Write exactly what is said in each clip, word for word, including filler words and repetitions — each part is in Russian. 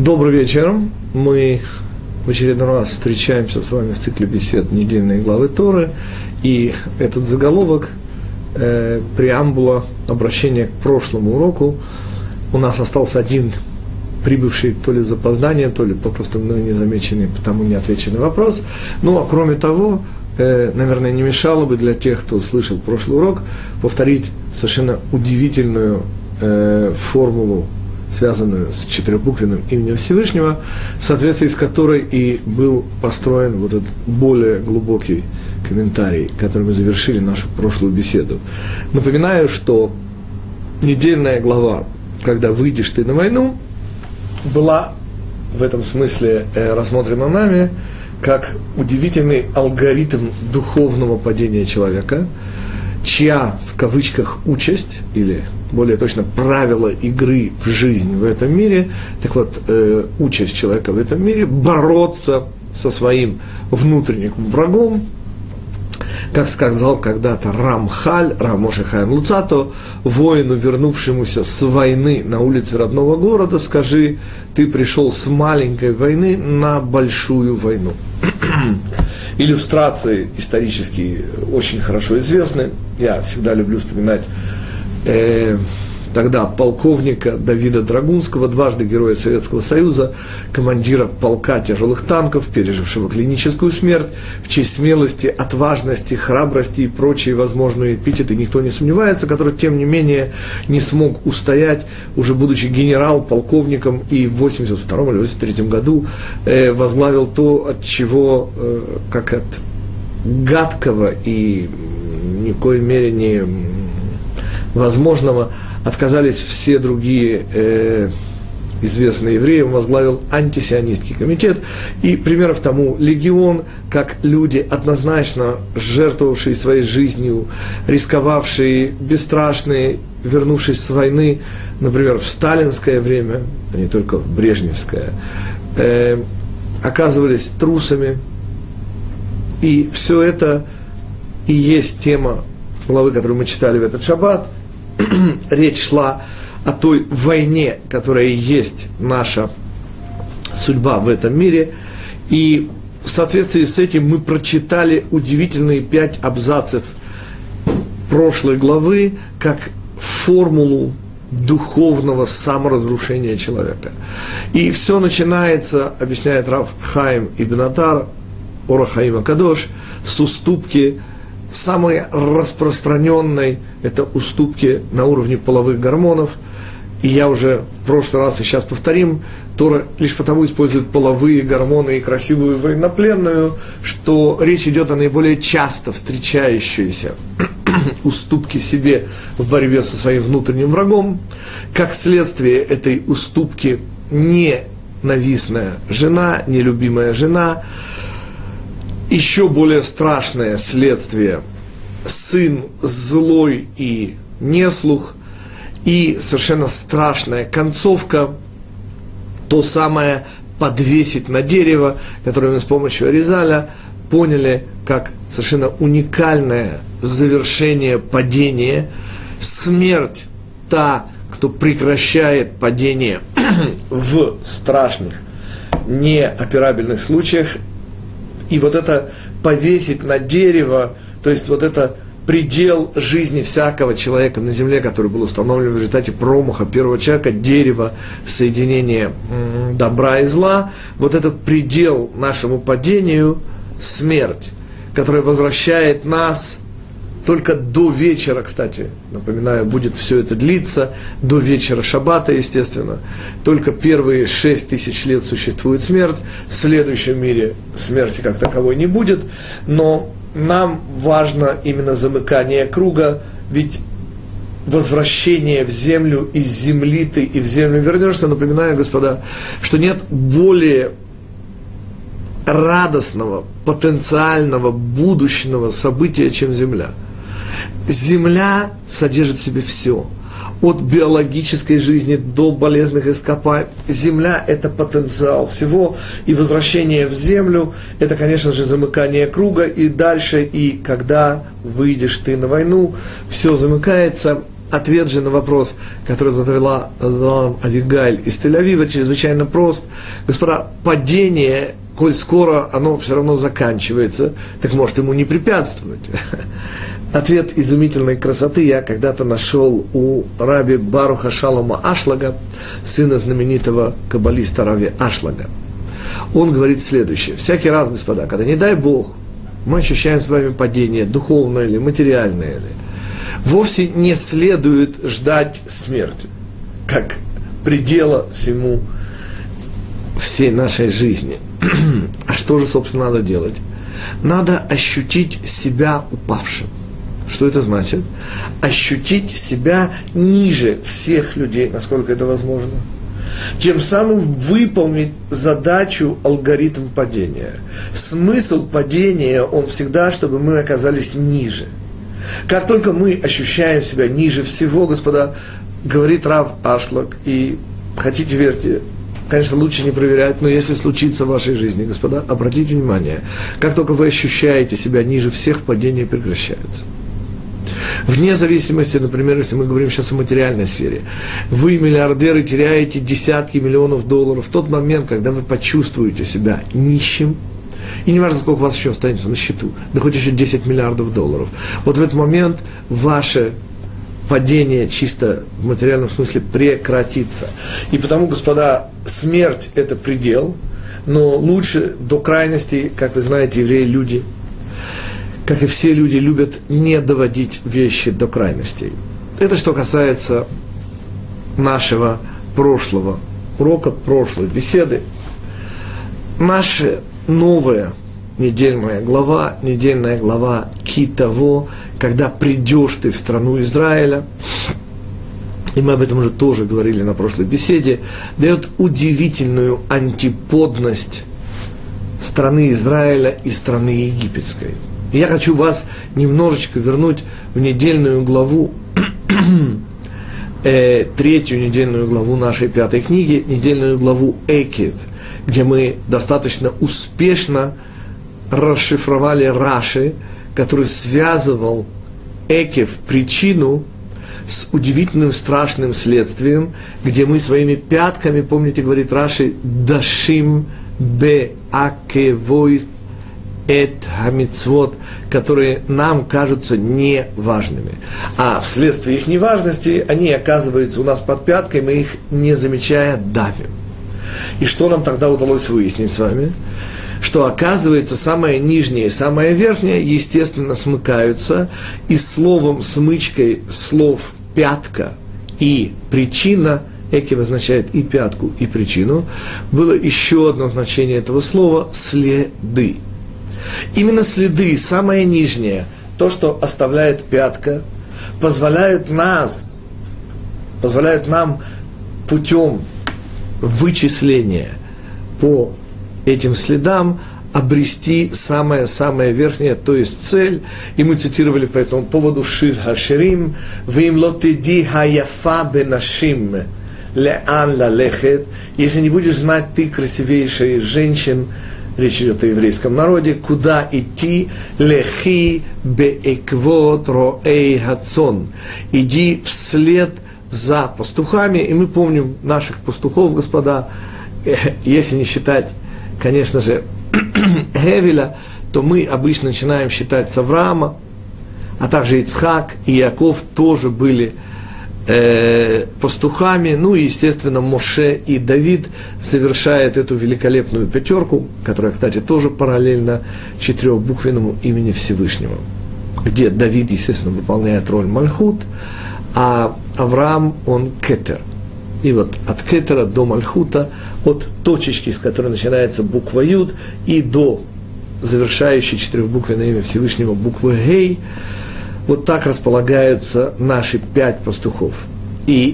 Добрый вечер. Мы в очередной раз встречаемся с вами в цикле бесед недельной главы Торы. И этот заголовок, э, преамбула, обращение к прошлому уроку. У нас остался один прибывший то ли с запозданием, то ли попросту мной незамеченный, потому не отвеченный вопрос. Ну, а кроме того, э, наверное, не мешало бы для тех, кто слышал прошлый урок, повторить совершенно удивительную э, формулу, связанную с четырехбуквенным именем Всевышнего, в соответствии с которой и был построен вот этот более глубокий комментарий, которым мы завершили нашу прошлую беседу. Напоминаю, что недельная глава «Когда выйдешь ты на войну» была в этом смысле э, рассмотрена нами как удивительный алгоритм духовного падения человека, чья, в кавычках, участь, или более точно, правила игры в жизнь в этом мире, так вот, э, участь человека в этом мире – бороться со своим внутренним врагом, как сказал когда-то Рамхаль, Рамоше Хаим Луцато, воину, вернувшемуся с войны на улице родного города, скажи, ты пришел с маленькой войны на большую войну. Иллюстрации исторические очень хорошо известны. Я всегда люблю вспоминать э, тогда полковника Давида Драгунского, дважды Героя Советского Союза, командира полка тяжелых танков, пережившего клиническую смерть, в чьей смелости, отважности, храбрости и прочие возможные эпитеты никто не сомневается, который, тем не менее, не смог устоять, уже будучи генерал-полковником, и в восемьдесят втором или восемьдесят третьем году э, возглавил то, от чего, э, как от гадкого и ни в коей мере не возможного, отказались все другие э, известные евреи, он возглавил антисионистский комитет, и примеров тому легион, как люди, однозначно жертвовавшие своей жизнью, рисковавшие, бесстрашные, вернувшись с войны, например, в сталинское время, а не только в брежневское, э, оказывались трусами, и все это и есть тема главы, которую мы читали в этот шаббат. Речь шла о той войне, которая есть наша судьба в этом мире. И в соответствии с этим мы прочитали удивительные пять абзацев прошлой главы как формулу духовного саморазрушения человека. И все начинается, объясняет Рав Хаим ибн Атар, Ор ха-Хаим а-Кадош, с уступки самой распространенной, это уступки на уровне половых гормонов. И я уже в прошлый раз и сейчас повторим, Тора лишь потому использует половые гормоны и красивую военнопленную, что речь идет о наиболее часто встречающейся уступке себе в борьбе со своим внутренним врагом. Как следствие этой уступки ненавистная жена, нелюбимая жена. Еще более страшное следствие – сын злой и неслух, и совершенно страшная концовка – то самое подвесить на дерево, которое мы с помощью Аризаля поняли как совершенно уникальное завершение падения, смерть та, кто прекращает падение в страшных, неоперабельных случаях. И вот это повесить на дерево, то есть вот это предел жизни всякого человека на земле, который был установлен в результате промаха первого человека, дерево, соединение добра и зла, вот этот предел нашему падению – смерть, которая возвращает нас только до вечера, кстати, напоминаю, будет все это длиться, до вечера шаббата, естественно. Только первые шесть тысяч лет существует смерть, в следующем мире смерти как таковой не будет, но нам важно именно замыкание круга, ведь возвращение в землю, из земли ты и в землю вернешься. Напоминаю, господа, что нет более радостного, потенциального, будущего события, чем земля. Земля содержит в себе все. От биологической жизни до болезненных ископаемых. Земля – это потенциал всего. И возвращение в землю – это, конечно же, замыкание круга. И дальше, и когда выйдешь ты на войну, все замыкается. ответ же на вопрос, который задала, задала нам Авигайль из Тель-Авива, чрезвычайно прост. Господа, падение, коль скоро оно все равно заканчивается, так может ему не препятствовать. Ответ изумительной красоты я когда-то нашел у раби Баруха Шалома Ашлага, сына знаменитого каббалиста Рави Ашлага. Он говорит следующее. Всякий раз, господа, когда, не дай Бог, мы ощущаем с вами падение, духовное или материальное, или, вовсе не следует ждать смерти, как предела всему всей нашей жизни. А что же, собственно, надо делать? Надо ощутить себя упавшим. Что это значит? Ощутить себя ниже всех людей, насколько это возможно. Тем самым выполнить задачу алгоритм падения. Смысл падения, он всегда, чтобы мы оказались ниже. Как только мы ощущаем себя ниже всего, господа, говорит Рав Ашлаг, и хотите верьте, конечно, лучше не проверять, но если случится в вашей жизни, господа, обратите внимание, как только вы ощущаете себя ниже всех, падение прекращается. Вне зависимости, например, если мы говорим сейчас о материальной сфере, вы, миллиардеры, теряете десятки миллионов долларов в тот момент, когда вы почувствуете себя нищим, и не важно, сколько у вас еще останется на счету, да хоть еще десять миллиардов долларов, вот в этот момент ваше падение чисто в материальном смысле прекратится. И потому, господа, смерть – это предел, но лучше до крайности, как вы знаете, евреи люди, как и все люди, любят не доводить вещи до крайностей. Это что касается нашего прошлого урока, прошлой беседы. Наша новая недельная глава, недельная глава Ки-Таво, когда придешь ты в страну Израиля, и мы об этом уже тоже говорили на прошлой беседе, дает удивительную антиподность страны Израиля и страны египетской. И я хочу вас немножечко вернуть в недельную главу, э, третью недельную главу нашей пятой книги, недельную главу Экев, где мы достаточно успешно расшифровали Раши, который связывал Экев, причину, с удивительным страшным следствием, где мы своими пятками, помните, говорит Раши, «дашим бе акевой эт хамицвот», которые нам кажутся неважными. А вследствие их неважности они оказываются у нас под пяткой, мы их, не замечая, давим. И что нам тогда удалось выяснить с вами? Что, оказывается, самое нижнее и самое верхнее, естественно, смыкаются, и словом смычкой слов «пятка» и «причина», «экев» означает и пятку, и причину, было еще одно значение этого слова – «следы». Именно следы, самое нижнее, то, что оставляет пятка, позволяют нас, позволяют нам путем вычисления по этим следам обрести самое-самое верхнее, то есть цель. И мы цитировали по этому поводу Шир Хаширим, «Вим лотиди хаяфа бенашим леан лалехет», если не будешь знать ты, красивейшая из женщин, речь идет о еврейском народе, куда идти, лехи беэквот роэй хацон, иди вслед за пастухами. И мы помним наших пастухов, господа, если не считать, конечно же, Гевеля, то мы обычно начинаем считать с Авраама, а также Ицхак и Яков тоже были э, пастухами. Ну и, естественно, Моше и Давид совершают эту великолепную пятерку, которая, кстати, тоже параллельно четырехбуквенному имени Всевышнего, где Давид, естественно, выполняет роль Мальхут, а Авраам, он Кетер. И вот от Кетера до Мальхута, от точечки, с которой начинается буква Юд, и до завершающей четырехбуквенное имя Всевышнего буквы Гей, вот так располагаются наши пять пастухов. И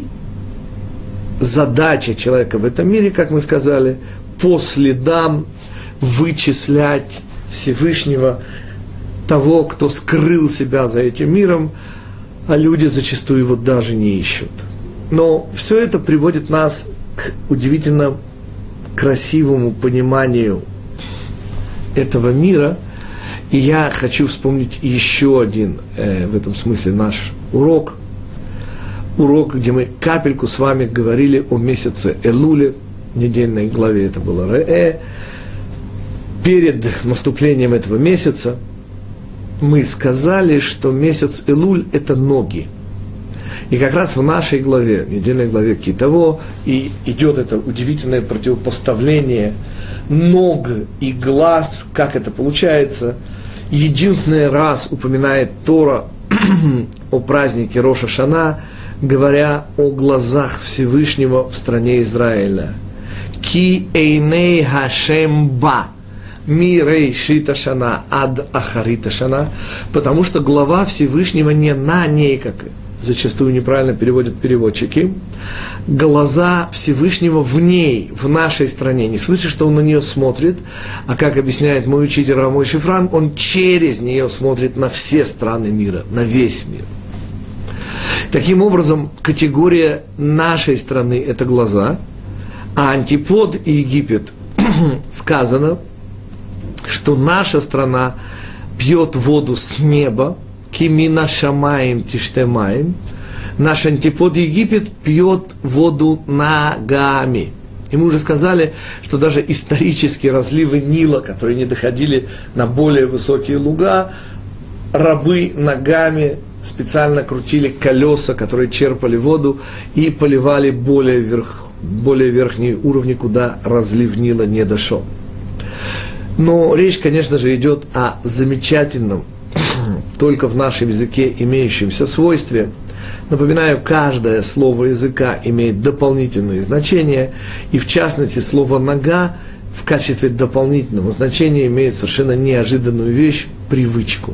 задача человека в этом мире, как мы сказали, по следам вычислять Всевышнего, того, кто скрыл себя за этим миром, а люди зачастую его даже не ищут. Но все это приводит нас к удивительно красивому пониманию этого мира. И я хочу вспомнить еще один, э, в этом смысле, наш урок. урок, где мы капельку с вами говорили о месяце Элуле, в недельной главе это было Ре. Перед наступлением этого месяца мы сказали, что месяц Элуль – это ноги. И как раз в нашей главе, в недельной главе Китово, и идет это удивительное противопоставление ног и глаз, как это получается. Единственный раз упоминает Тора о празднике Рош ха-Шана, говоря о глазах Всевышнего в стране Израиля. Ки эйней Хашем ба, ми рейшит ха-Шана ад ахарит ха-Шана, потому что глава Всевышнего не на ней, как зачастую неправильно переводят переводчики, глаза Всевышнего в ней, в нашей стране. Не в смысле, что он на нее смотрит, а как объясняет мой учитель Рав Мойше Франк, он через нее смотрит на все страны мира, на весь мир. Таким образом, категория нашей страны – это глаза, а антипод и Египет сказано, что наша страна пьет воду с неба, кимина шамаем тиштемаем, наш антипод Египет пьет воду ногами. И мы уже сказали, что даже исторические разливы Нила, которые не доходили на более высокие луга, рабы ногами специально крутили колеса, которые черпали воду и поливали более, верх, более верхние уровни, куда разлив Нила не дошел. Но речь, конечно же, идет о замечательном, только в нашем языке имеющемся свойстве. Напоминаю, каждое слово языка имеет дополнительные значения, и в частности слово «нога» в качестве дополнительного значения имеет совершенно неожиданную вещь – привычку.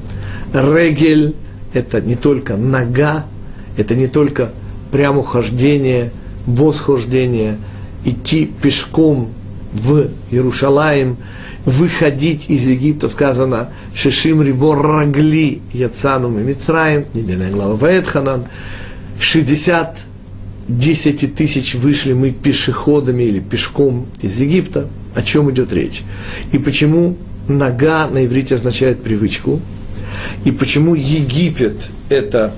Регель – это не только нога, это не только прямохождение, восхождение, идти пешком в Иерушалаим, выходить из Египта, сказано «Шешим рибор рагли яцану мимицраим», недельная глава Ваэтханан, шестьдесят десяти тысяч вышли мы пешеходами или пешком из Египта. О чем идет речь? И почему нога на иврите означает привычку? И почему Египет – это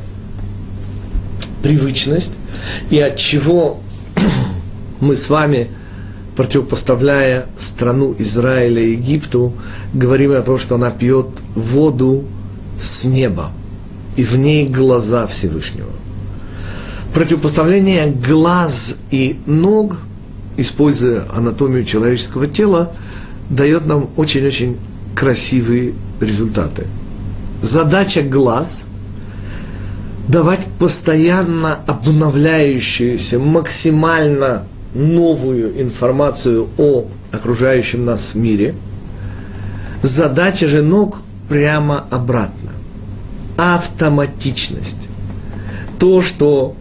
привычность? И от чего мы с вами, противопоставляя страну Израиля и Египту, говорим о том, что она пьет воду с неба, и в ней глаза Всевышнего. Противопоставление глаз и ног, используя анатомию человеческого тела, дает нам очень-очень красивые результаты. Задача глаз – давать постоянно обновляющуюся, максимально новую информацию о окружающем нас мире. Задача же ног прямо обратно. Автоматичность. То, что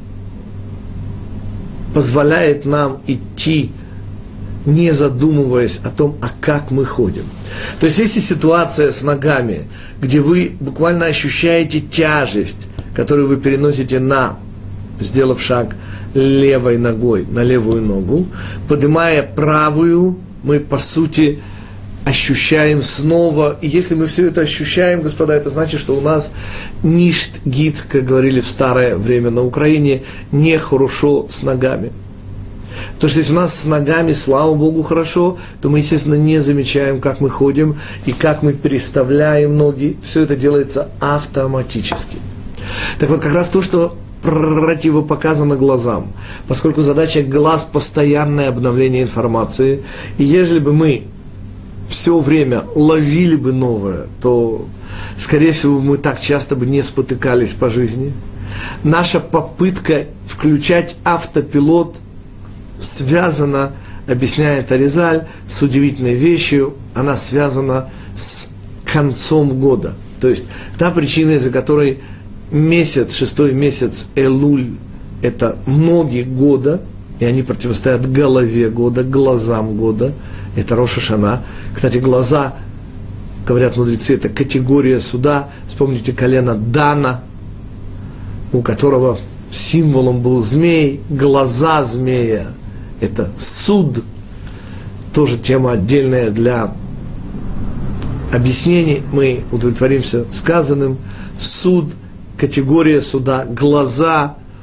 позволяет нам идти, не задумываясь о том, а как мы ходим. То есть, если ситуация с ногами, где вы буквально ощущаете тяжесть, которую вы переносите на, сделав шаг левой ногой на левую ногу, поднимая правую, мы, по сути, ощущаем снова. И если мы все это ощущаем, господа, это значит, что у нас ништ гид, как говорили в старое время на Украине, нехорошо с ногами. Потому что если у нас с ногами, слава Богу, хорошо, то мы, естественно, не замечаем, как мы ходим и как мы переставляем ноги. Все это делается автоматически. Так вот, как раз то, что противопоказано глазам, поскольку задача глаз – постоянное обновление информации, и если бы мы все время ловили бы новое, то, скорее всего, мы так часто бы не спотыкались по жизни. Наша попытка включать автопилот связана, объясняет Аризаль, с удивительной вещью, она связана с концом года. То есть та причина, из-за которой месяц, шестой месяц Элуль – это ноги года, и они противостоят голове года, глазам года, это Рош ха-Шана. Кстати, глаза, говорят мудрецы, это категория суда. Вспомните колено Дана, у которого символом был змей, глаза змея – это суд, тоже тема отдельная для объяснений. Мы удовлетворимся сказанным. Суд, категория суда, глаза.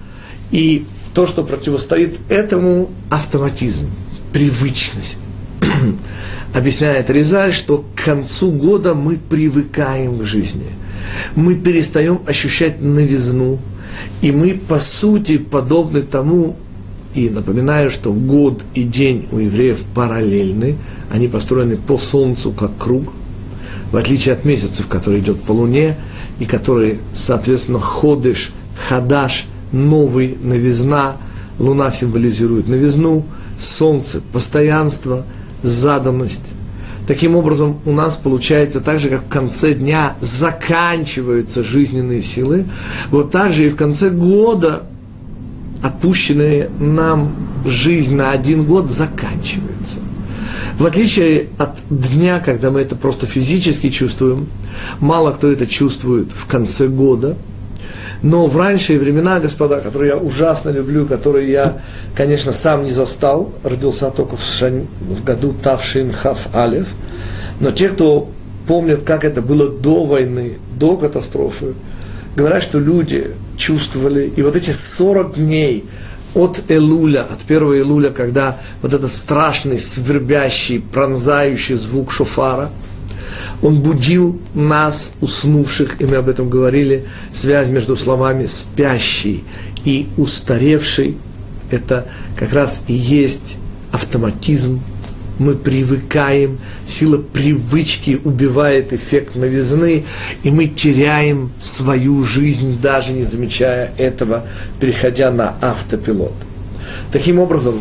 И то, что противостоит этому, автоматизм, привычность. Объясняет Ризаль, что к концу года мы привыкаем к жизни. Мы перестаем ощущать новизну. И мы, по сути, подобны тому, и напоминаю, что год и день у евреев параллельны, они построены по солнцу, как круг, в отличие от месяцев, который идет по луне, и который, соответственно, ходыш, хадаш, новый, новизна, луна символизирует новизну, солнце – постоянство, заданность. Таким образом, у нас получается так же, как в конце дня заканчиваются жизненные силы, вот так же и в конце года отпущенная нам жизнь на один год заканчивается. В отличие от дня, когда мы это просто физически чувствуем, мало кто это чувствует в конце года, но в ранние времена, господа, которые я ужасно люблю, которые я, конечно, сам не застал, родился только в, шань, в году Тавшин Хав Алев, но те, кто помнят, как это было до войны, до катастрофы, говорят, что люди чувствовали, и вот эти сорок дней от Элуля, от первого Элуля, когда вот этот страшный, свербящий, пронзающий звук шофара, он будил нас, уснувших, и мы об этом говорили, связь между словами «спящий» и «устаревший», это как раз и есть автоматизм, мы привыкаем, сила привычки убивает эффект новизны, и мы теряем свою жизнь, даже не замечая этого, переходя на автопилот. Таким образом,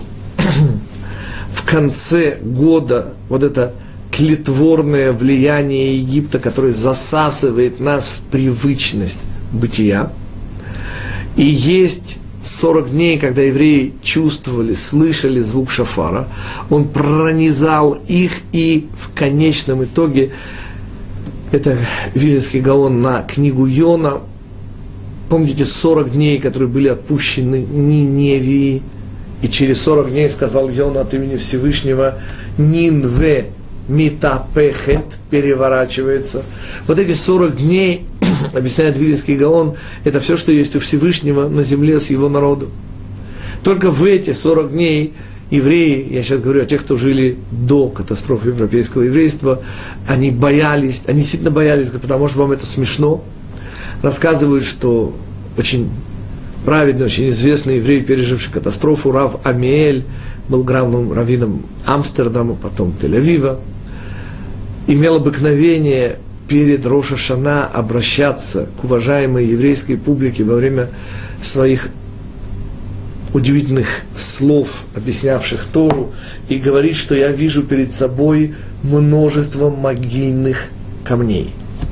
в конце года вот это тлетворное влияние Египта, которое засасывает нас в привычность бытия, и есть сорок дней, когда евреи чувствовали, слышали звук шофара, он пронизал их, и в конечном итоге, это Вилинский Гаон на книгу Йона, помните, сорок дней, которые были отпущены Ниневии, и через сорок дней сказал Йона от имени Всевышнего: Нинве митапехет, переворачивается. Вот эти сорок дней, объясняет Вилинский Гаон, это все, что есть у Всевышнего на земле с его народом. Только в эти сорок дней евреи, я сейчас говорю о тех, кто жили до катастрофы европейского еврейства, они боялись, они действительно боялись, потому что вам это смешно. Рассказывают, что очень праведный, очень известный еврей, переживший катастрофу, Рав Амиэль, был главным раввином Амстердама, потом Тель-Авива, имел обыкновение перед Рош ха-Шана обращаться к уважаемой еврейской публике во время своих удивительных слов, объяснявших Тору, и говорить, что я вижу перед собой множество могильных камней.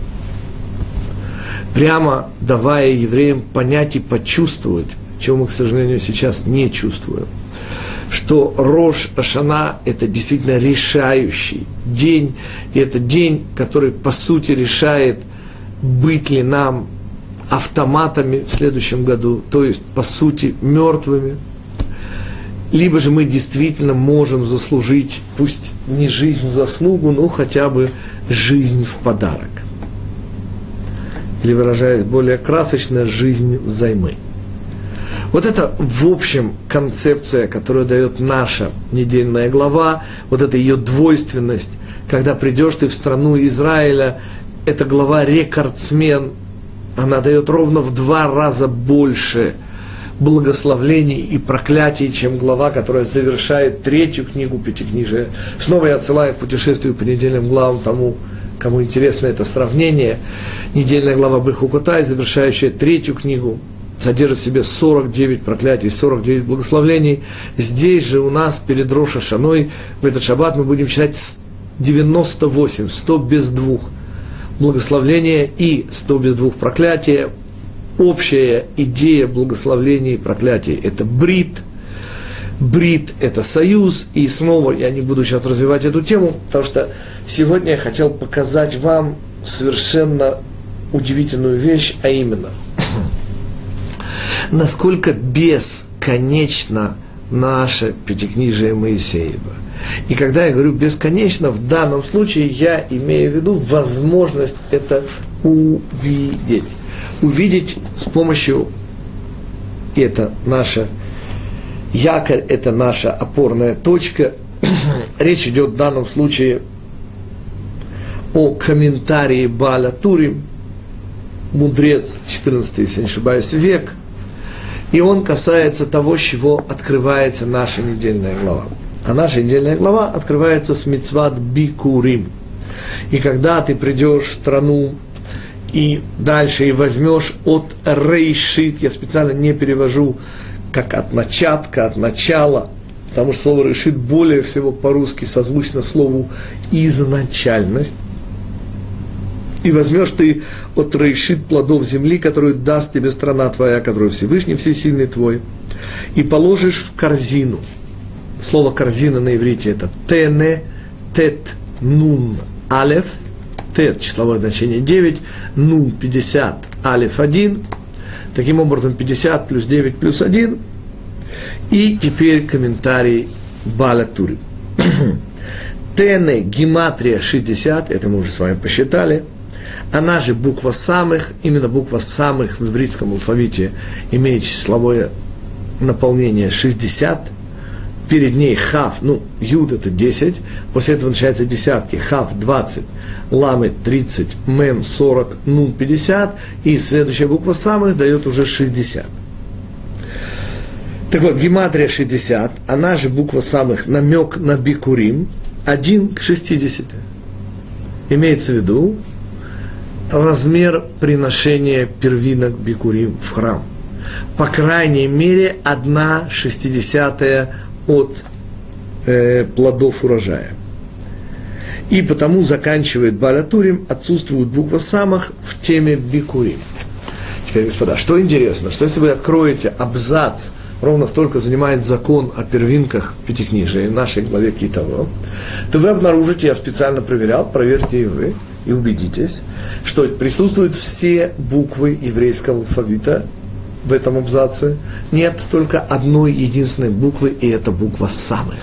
Прямо давая евреям понять и почувствовать, чего мы, к сожалению, сейчас не чувствуем, что Рош ха-Шана – это действительно решающий день, и это день, который, по сути, решает, быть ли нам автоматами в следующем году, то есть, по сути, мертвыми, либо же мы действительно можем заслужить, пусть не жизнь в заслугу, но хотя бы жизнь в подарок. Или, выражаясь более красочно, жизнь взаймы. Вот это, в общем, концепция, которую дает наша недельная глава, вот эта ее двойственность, когда придешь ты в страну Израиля, эта глава рекордсмен, она дает ровно в два раза больше благословлений и проклятий, чем глава, которая завершает третью книгу Пятикнижия. Снова я отсылаю к путешествию по недельным главам тому, кому интересно это сравнение. Недельная глава Бехукотай, завершающая третью книгу, содержит в себе сорок девять проклятий, сорок девять благословлений. Здесь же у нас перед Рош ха-Шаной в этот шаббат мы будем читать девяносто восемь, сто без двух благословления и сто без двух проклятия. Общая идея благословений и проклятий – это брит. Брит – это союз. И снова я не буду сейчас развивать эту тему, потому что сегодня я хотел показать вам совершенно удивительную вещь, а именно – насколько бесконечно наше Пятикнижие Моисеева. И когда я говорю бесконечно, в данном случае я имею в виду возможность это увидеть. Увидеть с помощью и это наша якорь, это наша опорная точка. Речь идет в данном случае о комментарии Бааля Турим, мудрец, четырнадцатый, если не ошибаюсь, век, и он касается того, с чего открывается наша недельная глава. А наша недельная глава открывается с мицват бикурим. И когда ты придешь в страну и дальше и возьмешь от рейшит, я специально не перевожу как от начатка, от начала, потому что слово рейшит более всего по-русски созвучно слову изначальность. И возьмешь ты от рейшит плодов земли, которую даст тебе страна твоя, которую Всевышний Всесильный твой, и положишь в корзину. Слово корзина на иврите это тене, тет, нун, алеф, тет, числовое значение девять, нун пятьдесят, алеф один, таким образом пятьдесят плюс девять плюс один, и теперь комментарий Бааля Турим. Тене, гематрия шестьдесят, это мы уже с вами посчитали, она же буква самых, именно буква самых в ивритском алфавите имеет числовое наполнение шестьдесят, перед ней хав, ну, юд это десять, после этого начинаются десятки, хав двадцать, ламет тридцать, мем сорок, нун пятьдесят, и следующая буква самых дает уже шестьдесят. Так вот, гематрия шестьдесят, она же буква самых, намек на бикурим, один к шестидесяти. Имеется в виду размер приношения первинок бикурим в храм. По крайней мере, одна шестидесятая от э, плодов урожая. И потому заканчивает Бааля Турим, отсутствует буква самых в теме бикурим. Теперь, господа, что интересно, что если вы откроете абзац, ровно столько занимает закон о первинках в Пятикнижии, в нашей главе Китово, то вы обнаружите, я специально проверял, проверьте и вы, и убедитесь, что присутствуют все буквы еврейского алфавита в этом абзаце. Нет только одной единственной буквы, и это буква самых.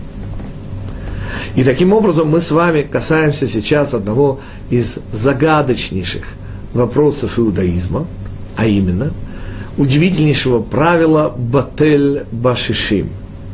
И таким образом мы с вами касаемся сейчас одного из загадочнейших вопросов иудаизма, а именно удивительнейшего правила батель башишим.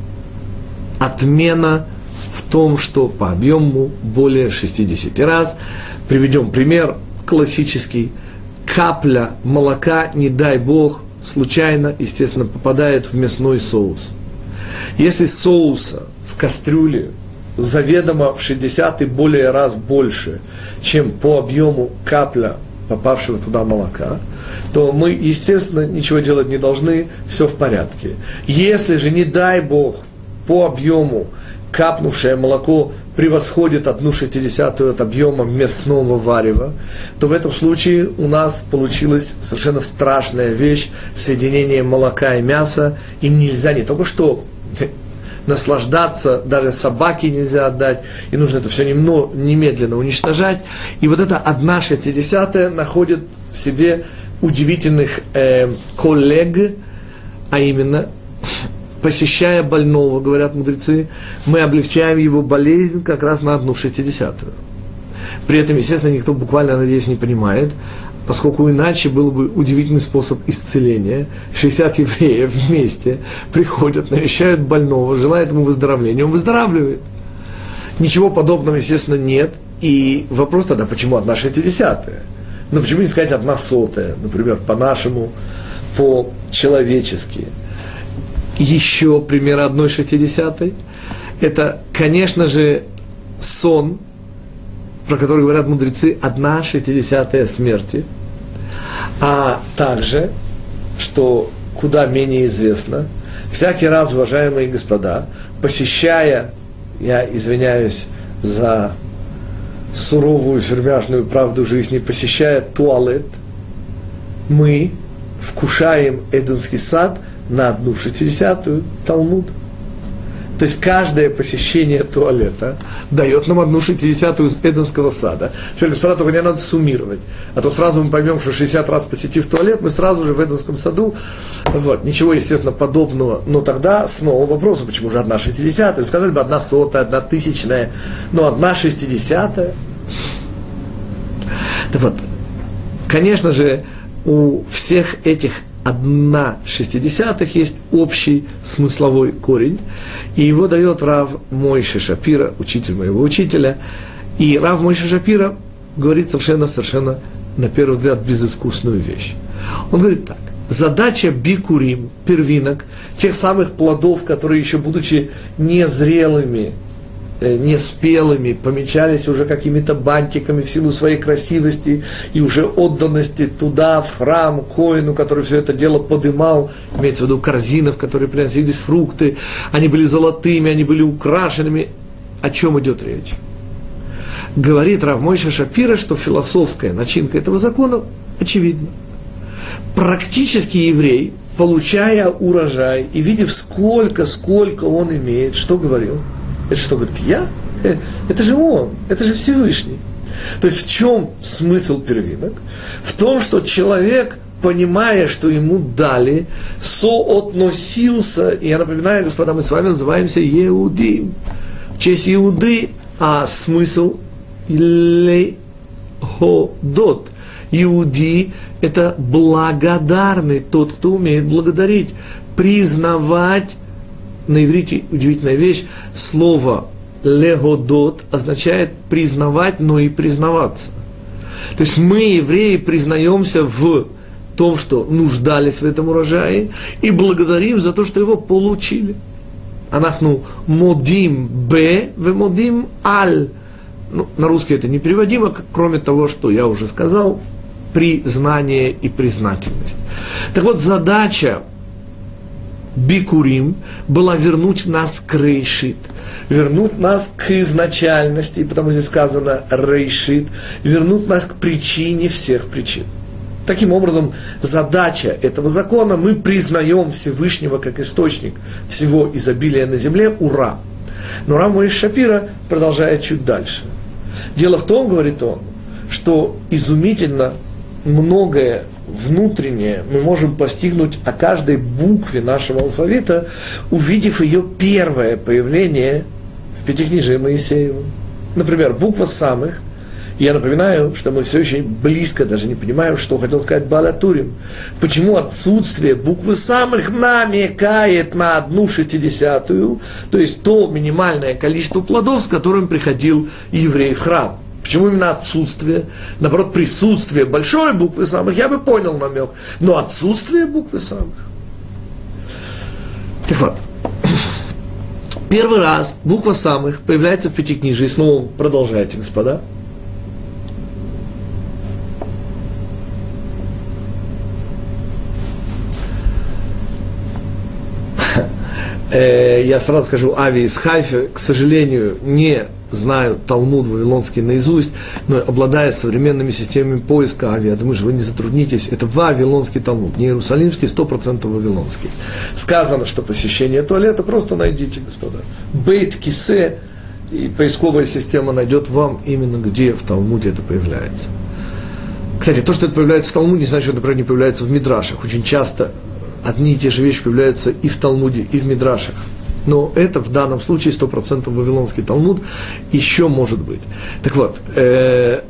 Отмена в том, что по объему более шестидесяти раз. Приведем пример классический. Капля молока, не дай Бог, случайно, естественно, попадает в мясной соус. Если соуса в кастрюле заведомо в шестьдесят и более раз больше, чем по объему капля попавшего туда молока, то мы, естественно, ничего делать не должны, все в порядке. Если же, не дай Бог, по объему капнувшее молоко превосходит одну шестидесятую от объема мясного варева, то в этом случае у нас получилась совершенно страшная вещь – соединение молока и мяса. Им нельзя не только что наслаждаться, даже собаке нельзя отдать, и нужно это все немного, немедленно уничтожать. И вот эта одна шестидесятая находит в себе удивительных э, коллег, а именно, посещая больного, говорят мудрецы, мы облегчаем его болезнь как раз на одну шестидесятую. При этом, естественно, никто буквально, надеюсь, не понимает, поскольку иначе был бы удивительный способ исцеления. шестьдесят евреев вместе приходят, навещают больного, желают ему выздоровления, он выздоравливает. Ничего подобного, естественно, нет. И вопрос тогда, почему одна шестидесятая? Ну, почему не сказать одна сотая, например, по-нашему, по-человечески? Еще пример одной шестидесятой. Это, конечно же, сон, про который говорят мудрецы, одна шестидесятая смерти. А также, что куда менее известно, всякий раз, уважаемые господа, посещая, я извиняюсь за суровую фермяжную правду жизни, посещая туалет, мы вкушаем Эденский сад на одну шестидесятую Талмуд. То есть каждое посещение туалета дает нам одну шестидесятую Эденского сада. Теперь, господа, только не надо суммировать. А то сразу мы поймем, что шестьдесят раз посетив туалет, мы сразу же в Эденском саду. Вот. Ничего, естественно, подобного. Но тогда снова вопрос, почему же одна шестидесятая? Сказали бы одна сотая, одна тысячная, но одна шестидесятая. Так вот, конечно же, у всех этих одна шестидесятых есть общий смысловой корень, и его дает Рав Мойше Шапира, учитель моего учителя, и Рав Мойше Шапира говорит совершенно-совершенно, на первый взгляд, безыскусную вещь. Он говорит так: задача бикурим, первинок, тех самых плодов, которые еще будучи незрелыми, неспелыми, помечались уже какими-то бантиками в силу своей красивости и уже отданности туда, в храм, коину, который все это дело подымал, имеется в виду корзины, в которые приносились фрукты, они были золотыми, они были украшенными. О чем идет речь? Говорит Рав Мойше Шапира, что философская начинка этого закона очевидна. Практически еврей, получая урожай и видев, сколько, сколько он имеет, что говорил? Это что, говорит, я? Это же он, это же Всевышний. То есть в чем смысл первинок? В том, что человек, понимая, что ему дали, соотносился, и я напоминаю, господа, мы с вами называемся Еудим, в честь Иуды, а смысл леходот. Иуди – это благодарный, тот, кто умеет благодарить, признавать. На иврите удивительная вещь, слово леgodot означает признавать, но и признаваться. То есть мы, евреи, признаемся в том, что нуждались в этом урожае, и благодарим за то, что его получили. Анахну модим б, ве модим аль. Ну, на русский это не переводимо, кроме того, что я уже сказал, признание и признательность. Так вот, задача бикурим была вернуть нас к рейшит, вернуть нас к изначальности, потому что сказано рейшит, вернуть нас к причине всех причин. Таким образом, задача этого закона, мы признаем Всевышнего как источник всего изобилия на земле, ура! Но Рав Мойше Шапира продолжает чуть дальше. Дело в том, говорит он, что изумительно многое внутреннее мы можем постигнуть о каждой букве нашего алфавита, увидев ее первое появление в Пятикнижии Моисеева. Например, буква самых. Я напоминаю, что мы все еще близко даже не понимаем, что хотел сказать Бааль ха-Турим. Почему отсутствие буквы самых намекает на одну шестидесятую, то есть то минимальное количество плодов, с которым приходил еврей в храм. Почему именно отсутствие? Наоборот, присутствие большой буквы самых, я бы понял намек, но отсутствие буквы самых. Так вот, первый раз буква самых появляется в Пятикнижии. Снова продолжайте, господа. Я сразу скажу, Ави из Хайфы, к сожалению, не знаю Талмуд вавилонский наизусть, но обладая современными системами поиска Ави, я думаю, что вы не затруднитесь, это вавилонский Талмуд, не иерусалимский, сто процентов вавилонский. Сказано, что посещение туалета, просто найдите, господа. Бейт Кисе, и поисковая система найдет вам именно где в Талмуде это появляется. Кстати, то, что это появляется в Талмуде, не значит, что это, например, не появляется в Мидрашах. Очень часто одни и те же вещи появляются и в Талмуде, и в Мидрашах. Но это в данном случае сто процентов вавилонский Талмуд еще может быть. Так вот, э,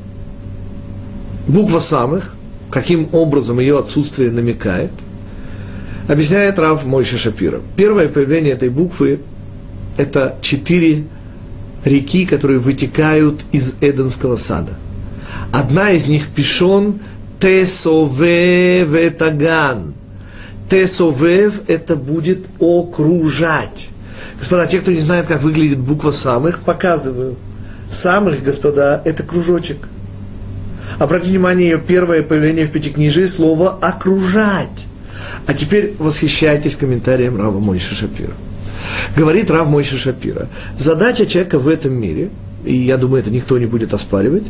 буква самых, каким образом ее отсутствие намекает, объясняет Рав Мойше Шапира. Первое появление этой буквы – это четыре реки, которые вытекают из Эденского сада. Одна из них – Пишон Тесовев Этаган. Тесовев – это будет окружать. Господа, те, кто не знает, как выглядит буква самых, показываю. Самых, господа, это кружочек. Обратите внимание, ее первое появление в Пятикнижии – слово «окружать». А теперь восхищайтесь комментарием Рава Мойше Шапира. Говорит Рав Мойше Шапира, задача человека в этом мире, и я думаю, это никто не будет оспаривать,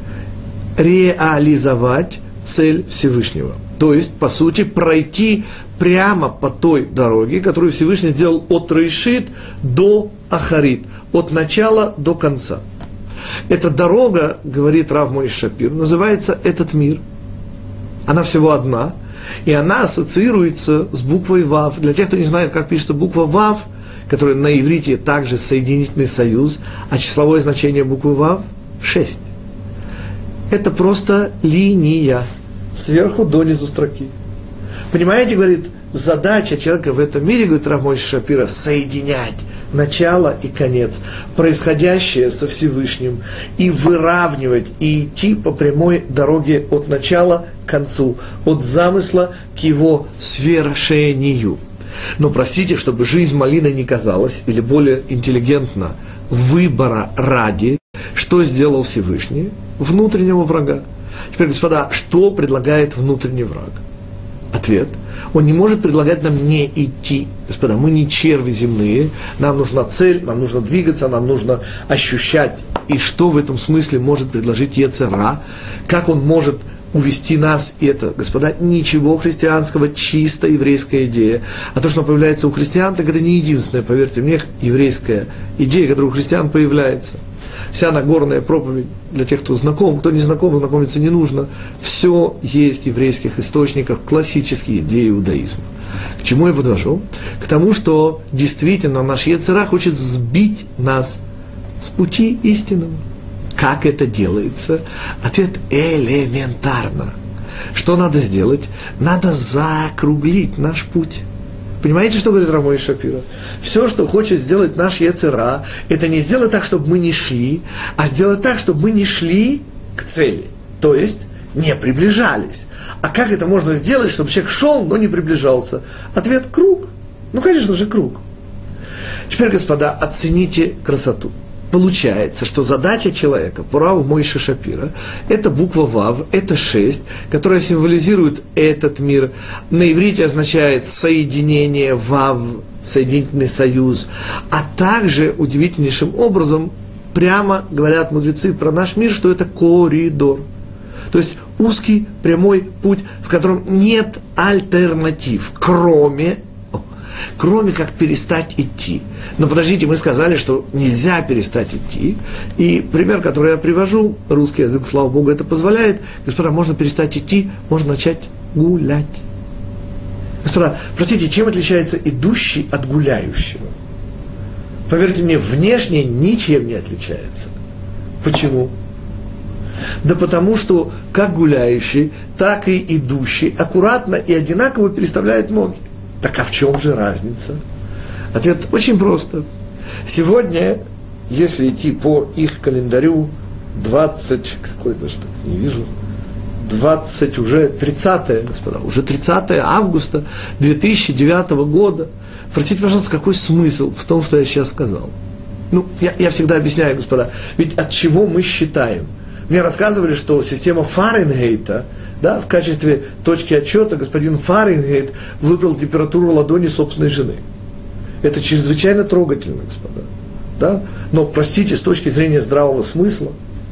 реализовать цель Всевышнего. То есть, по сути, пройти прямо по той дороге, которую Всевышний сделал от Рейшит до Ахарит, от начала до конца. Эта дорога, говорит Рав Мойше Шапир, называется «Этот мир». Она всего одна, и она ассоциируется с буквой Вав. Для тех, кто не знает, как пишется буква Вав, которая на иврите также соединительный союз, а числовое значение буквы Вав – шесть. Это просто линия, сверху донизу строки. Понимаете, говорит, задача человека в этом мире, говорит Рав Мойше Шапира, соединять начало и конец, происходящее со Всевышним, и выравнивать, и идти по прямой дороге от начала к концу, от замысла к его свершению. Но простите, чтобы жизнь малиной не казалась, или более интеллигентно, выбора ради, что сделал Всевышний? Внутреннего врага. Теперь, господа, что предлагает внутренний враг? Ответ. Он не может предлагать нам не идти. Господа, мы не черви земные, нам нужна цель, нам нужно двигаться, нам нужно ощущать. И что в этом смысле может предложить Йецер Ара? Как он может увести нас? И это, господа, ничего христианского, чисто еврейская идея. А то, что появляется у христиан, так это не единственная, поверьте мне, еврейская идея, которая у христиан появляется. Вся Нагорная проповедь, для тех, кто знаком, кто не знаком, знакомиться не нужно, все есть в еврейских источниках, классические идеи иудаизма. К чему я подвожу? К тому, что действительно наш Йецер Ара хочет сбить нас с пути истинного. Как это делается? Ответ элементарно. Что надо сделать? Надо закруглить наш путь. Понимаете, что говорит Рав Мойше Шапира? Все, что хочет сделать наш Йецер Ара, это не сделать так, чтобы мы не шли, а сделать так, чтобы мы не шли к цели. То есть, не приближались. А как это можно сделать, чтобы человек шел, но не приближался? Ответ – круг. Ну, конечно же, круг. Теперь, господа, оцените красоту. Получается, что задача человека, по Раву Мойше Шапира, это буква Вав, это шесть, которая символизирует этот мир. На иврите означает соединение Вав, соединительный союз. А также удивительнейшим образом прямо говорят мудрецы про наш мир, что это коридор. То есть узкий прямой путь, в котором нет альтернатив, кроме Кроме как перестать идти. Но подождите, мы сказали, что нельзя перестать идти. И пример, который я привожу, русский язык, слава Богу, это позволяет. Господа, можно перестать идти, можно начать гулять. Господа, простите, чем отличается идущий от гуляющего? Поверьте мне, внешне ничем не отличается. Почему? Да потому что как гуляющий, так и идущий аккуратно и одинаково переставляет ноги. Так а в чем же разница? Ответ очень просто. Сегодня, если идти по их календарю, двадцать, какой даже так не вижу, двадцать, уже тридцатое, господа, уже тридцатое августа две тысячи девятого года. Простите, пожалуйста, какой смысл в том, что я сейчас сказал? Ну, я, я всегда объясняю, господа, ведь от чего мы считаем? Мне рассказывали, что система Фаренгейта, да, в качестве точки отсчета господин Фаренгейт выбрал температуру ладони собственной жены. Это чрезвычайно трогательно, господа. Да? Но, простите, с точки зрения здравого смысла,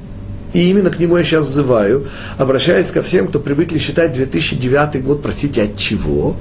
и именно к нему я сейчас взываю, обращаясь ко всем, кто привыкли считать две тысячи девятый год, простите, от чего?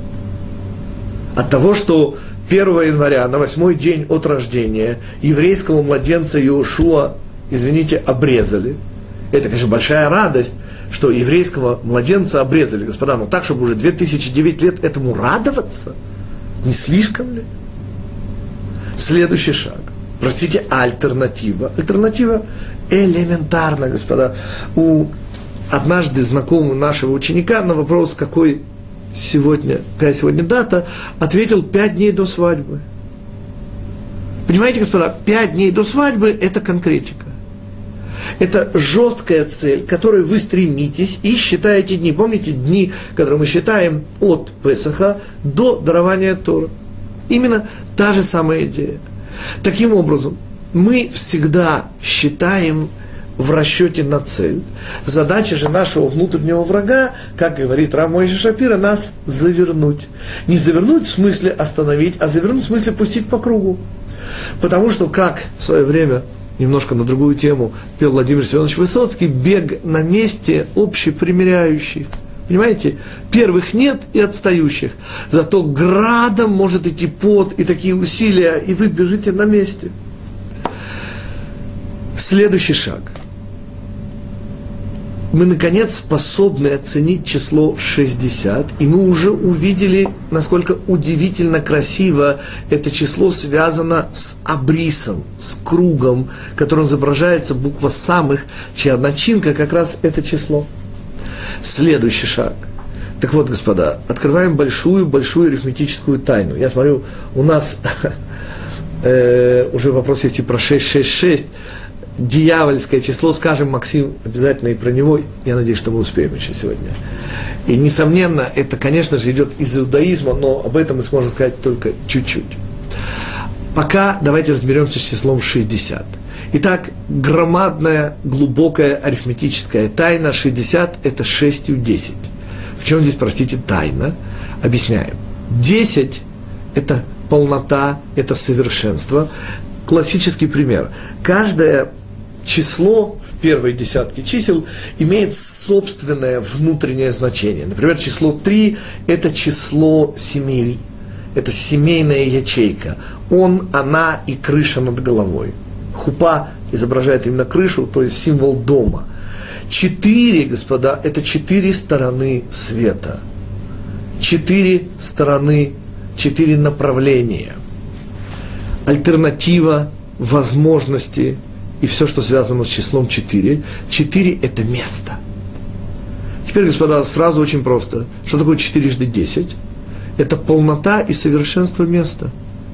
От того, что первого января, на восьмой день от рождения, еврейского младенца Иошуа, извините, обрезали. Это, конечно, большая радость, что еврейского младенца обрезали, господа, но так, чтобы уже две тысячи девять лет этому радоваться, не слишком ли? Следующий шаг. Простите, альтернатива. Альтернатива элементарна, господа. У однажды знакомого нашего ученика на вопрос, какой сегодня, какая сегодня дата, ответил пять дней до свадьбы. Понимаете, господа, пять дней до свадьбы – это конкретика. Это жесткая цель, к которой вы стремитесь и считаете дни. Помните дни, которые мы считаем от Песаха до дарования Торы? Именно та же самая идея. Таким образом, мы всегда считаем в расчете на цель. Задача же нашего внутреннего врага, как говорит Рав Мойше Шапира, нас завернуть. Не завернуть в смысле остановить, а завернуть в смысле пустить по кругу. Потому что, как в свое время, немножко на другую тему, пел Владимир Семенович Высоцкий, бег на месте общепримиряющих. Понимаете? Первых нет и отстающих. Зато градом может идти пот и такие усилия, и вы бежите на месте. Следующий шаг. Мы, наконец, способны оценить число шестьдесят, и мы уже увидели, насколько удивительно красиво это число связано с абрисом, с кругом, которым изображается буква самых, чья начинка как раз это число. Следующий шаг. Так вот, господа, открываем большую-большую арифметическую тайну. Я смотрю, у нас э, уже вопрос есть и про шесть шесть шесть, дьявольское число, скажем, Максим, обязательно и про него, я надеюсь, что мы успеем еще сегодня. И, несомненно, это, конечно же, идет из иудаизма, но об этом мы сможем сказать только чуть-чуть. Пока давайте разберемся с числом шестьдесят. Итак, громадная, глубокая арифметическая тайна шестьдесят – это шестью десять. В чем здесь, простите, тайна? Объясняем. десять – это полнота, это совершенство. Классический пример. Каждое число в первой десятке чисел имеет собственное внутреннее значение. Например, число три – это число семьи. Это семейная ячейка. Он, она и крыша над головой. Хупа изображает именно крышу, то есть символ дома. Четыре, господа, это четыре стороны света. Четыре стороны, четыре направления. Альтернатива, возможности и все, что связано с числом четыре. Четыре – это место. Теперь, господа, сразу очень просто. Что такое четырежды десять? Это полнота и совершенство места.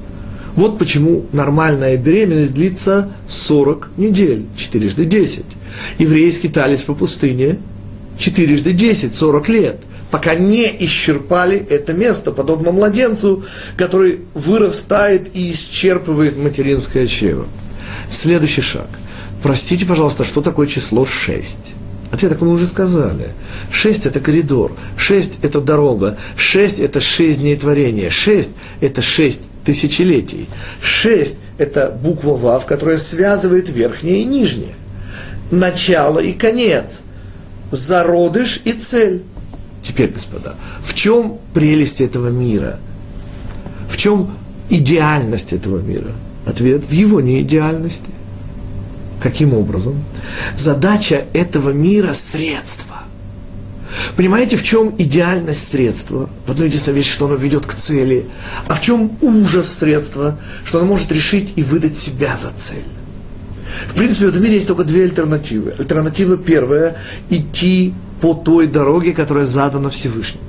Вот почему нормальная беременность длится сорок недель, четырежды десять. Евреи скитались по пустыне четырежды десять, сорок лет, пока не исчерпали это место, подобно младенцу, который вырастает и исчерпывает материнское чрево. Следующий шаг. Простите, пожалуйста, что такое число шесть? Ответ, как мы уже сказали. Шесть – это коридор, шесть – это дорога, шесть – это шесть дней творения, шесть – это шесть тысячелетий. Шесть – это буква Вав, которая связывает верхнее и нижнее. Начало и конец. Зародыш и цель. Теперь, господа, в чем прелесть этого мира? В чем идеальность этого мира? Ответ – в его неидеальности. Каким образом? Задача этого мира – средство. Понимаете, в чем идеальность средства? В одной единственной вещи, что оно ведет к цели. А в чем ужас средства? Что оно может решить и выдать себя за цель. В принципе, в этом мире есть только две альтернативы. Альтернатива первая – идти по той дороге, которая задана Всевышним.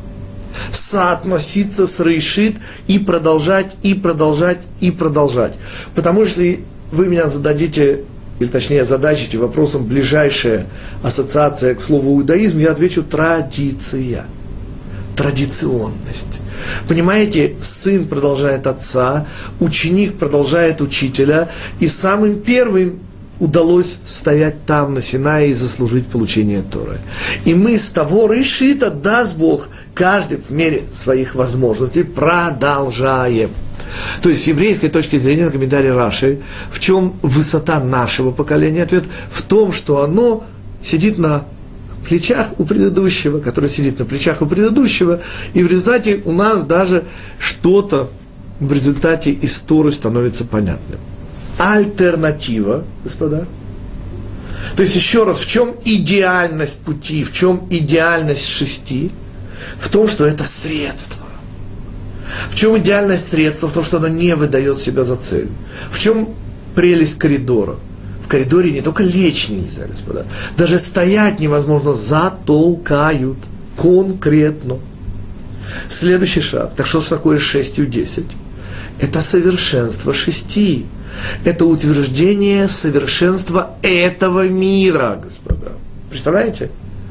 Соотноситься с Рейшит и продолжать, и продолжать, и продолжать. Потому что если вы меня зададите, или точнее задачите вопросом ближайшая ассоциация к слову иудаизм, я отвечу традиция, традиционность. Понимаете, сын продолжает отца, ученик продолжает учителя, и самым первым удалось стоять там, на Синае, и заслужить получение Торы. И мы с того решита, даст Бог, каждый в мере своих возможностей продолжаем. То есть, с еврейской точки зрения, на комментарий Раши, в чем высота нашего поколения? Ответ в том, что оно сидит на плечах у предыдущего, который сидит на плечах у предыдущего, и в результате у нас даже что-то в результате из Торы становится понятным. Альтернатива, господа. То есть, еще раз, в чем идеальность пути, в чем идеальность шести? В том, что это средство. В чем идеальность средства? В том, что оно не выдает себя за цель. В чем прелесть коридора? В коридоре не только лечь нельзя, господа. Даже стоять невозможно, затолкают. Конкретно. Следующий шаг. Так что же такое шестью десять? Это совершенство шести. Это утверждение совершенства этого мира, господа. Представляете?